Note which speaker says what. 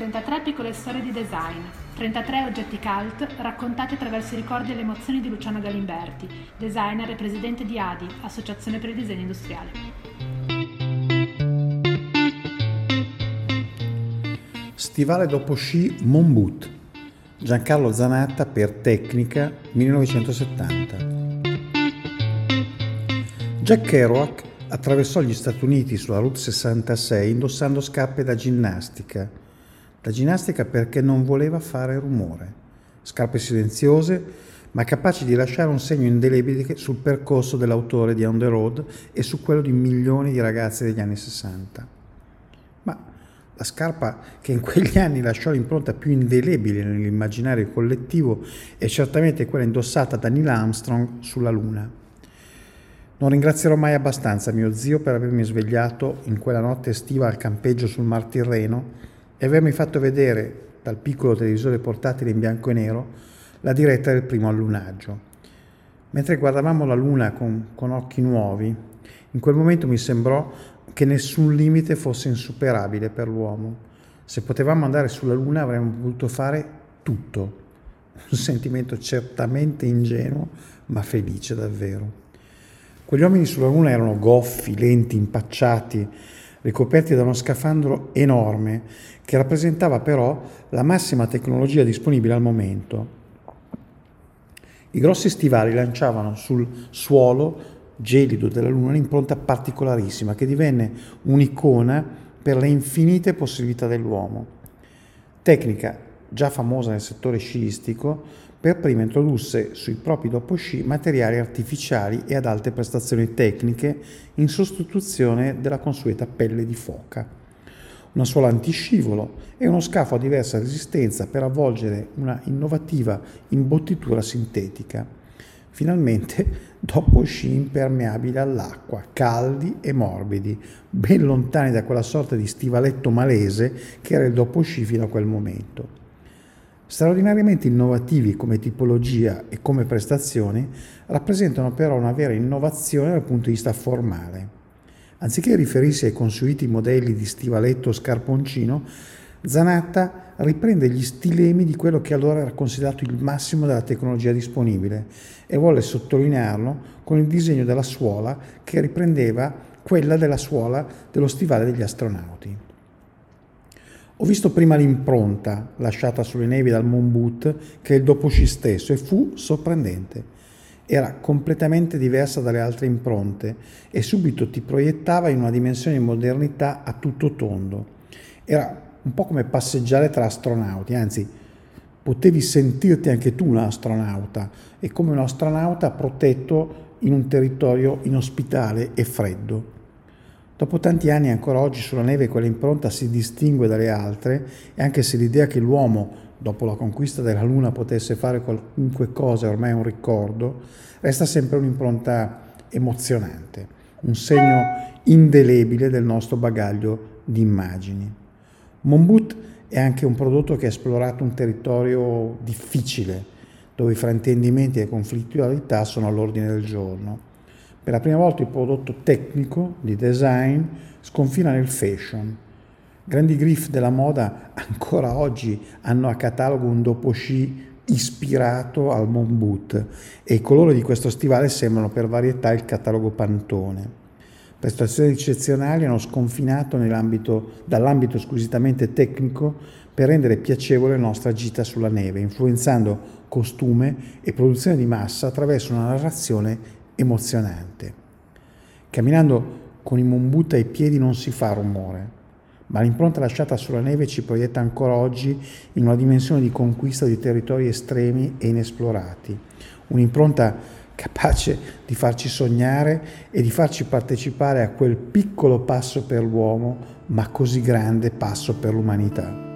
Speaker 1: 33 piccole storie di design, 33 oggetti cult raccontati attraverso i ricordi e le emozioni di Luciano Galimberti, designer e presidente di ADI, Associazione per il Disegno Industriale.
Speaker 2: Stivale dopo sci Mon But, Giancarlo Zanatta per Tecnica, 1970. Jack Kerouac attraversò gli Stati Uniti sulla Route 66 indossando scarpe da ginnastica perché non voleva fare rumore. Scarpe silenziose, ma capaci di lasciare un segno indelebile sul percorso dell'autore di On the Road e su quello di milioni di ragazzi degli anni 60. Ma la scarpa che in quegli anni lasciò l'impronta più indelebile nell'immaginario collettivo è certamente quella indossata da Neil Armstrong sulla Luna. Non ringrazierò mai abbastanza mio zio per avermi svegliato in quella notte estiva al campeggio sul Mar Tirreno e avermi fatto vedere, dal piccolo televisore portatile in bianco e nero, la diretta del primo allunaggio. Mentre guardavamo la Luna con occhi nuovi, in quel momento mi sembrò che nessun limite fosse insuperabile per l'uomo. Se potevamo andare sulla Luna avremmo potuto fare tutto. Un sentimento certamente ingenuo, ma felice davvero. Quegli uomini sulla Luna erano goffi, lenti, impacciati, ricoperti da uno scafandro enorme che rappresentava però la massima tecnologia disponibile al momento. I grossi stivali lanciavano sul suolo gelido della Luna un'impronta particolarissima che divenne un'icona per le infinite possibilità dell'uomo. Tecnica, già famosa nel settore sciistico, per prima introdusse sui propri doposci materiali artificiali e ad alte prestazioni tecniche in sostituzione della consueta pelle di foca. Una suola antiscivolo e uno scafo a diversa resistenza per avvolgere una innovativa imbottitura sintetica. Finalmente doposci impermeabili all'acqua, caldi e morbidi, ben lontani da quella sorta di stivaletto malese che era il doposci fino a quel momento. Straordinariamente innovativi come tipologia e come prestazioni, rappresentano però una vera innovazione dal punto di vista formale. Anziché riferirsi ai consueti modelli di stivaletto o scarponcino, Zanatta riprende gli stilemi di quello che allora era considerato il massimo della tecnologia disponibile e volle sottolinearlo con il disegno della suola che riprendeva quella della suola dello stivale degli astronauti. Ho visto prima l'impronta lasciata sulle nevi dal Mon But che il doposci stesso e fu sorprendente. Era completamente diversa dalle altre impronte e subito ti proiettava in una dimensione di modernità a tutto tondo. Era un po' come passeggiare tra astronauti, anzi potevi sentirti anche tu un astronauta e come un astronauta protetto in un territorio inospitale e freddo. Dopo tanti anni ancora oggi sulla neve quell'impronta si distingue dalle altre e anche se l'idea che l'uomo, dopo la conquista della Luna, potesse fare qualunque cosa ormai è un ricordo, resta sempre un'impronta emozionante, un segno indelebile del nostro bagaglio di immagini. Mon But è anche un prodotto che ha esplorato un territorio difficile, dove i fraintendimenti e le conflittualità sono all'ordine del giorno. Per la prima volta il prodotto tecnico di design sconfina nel fashion. Grandi griff della moda ancora oggi hanno a catalogo un doposci ispirato al Mon But e i colori di questo stivale sembrano per varietà il catalogo Pantone. Prestazioni eccezionali hanno sconfinato dall'ambito squisitamente tecnico per rendere piacevole la nostra gita sulla neve, influenzando costume e produzione di massa attraverso una narrazione emozionante. Camminando con i Mon But ai piedi non si fa rumore, ma l'impronta lasciata sulla neve ci proietta ancora oggi in una dimensione di conquista di territori estremi e inesplorati, un'impronta capace di farci sognare e di farci partecipare a quel piccolo passo per l'uomo, ma così grande passo per l'umanità.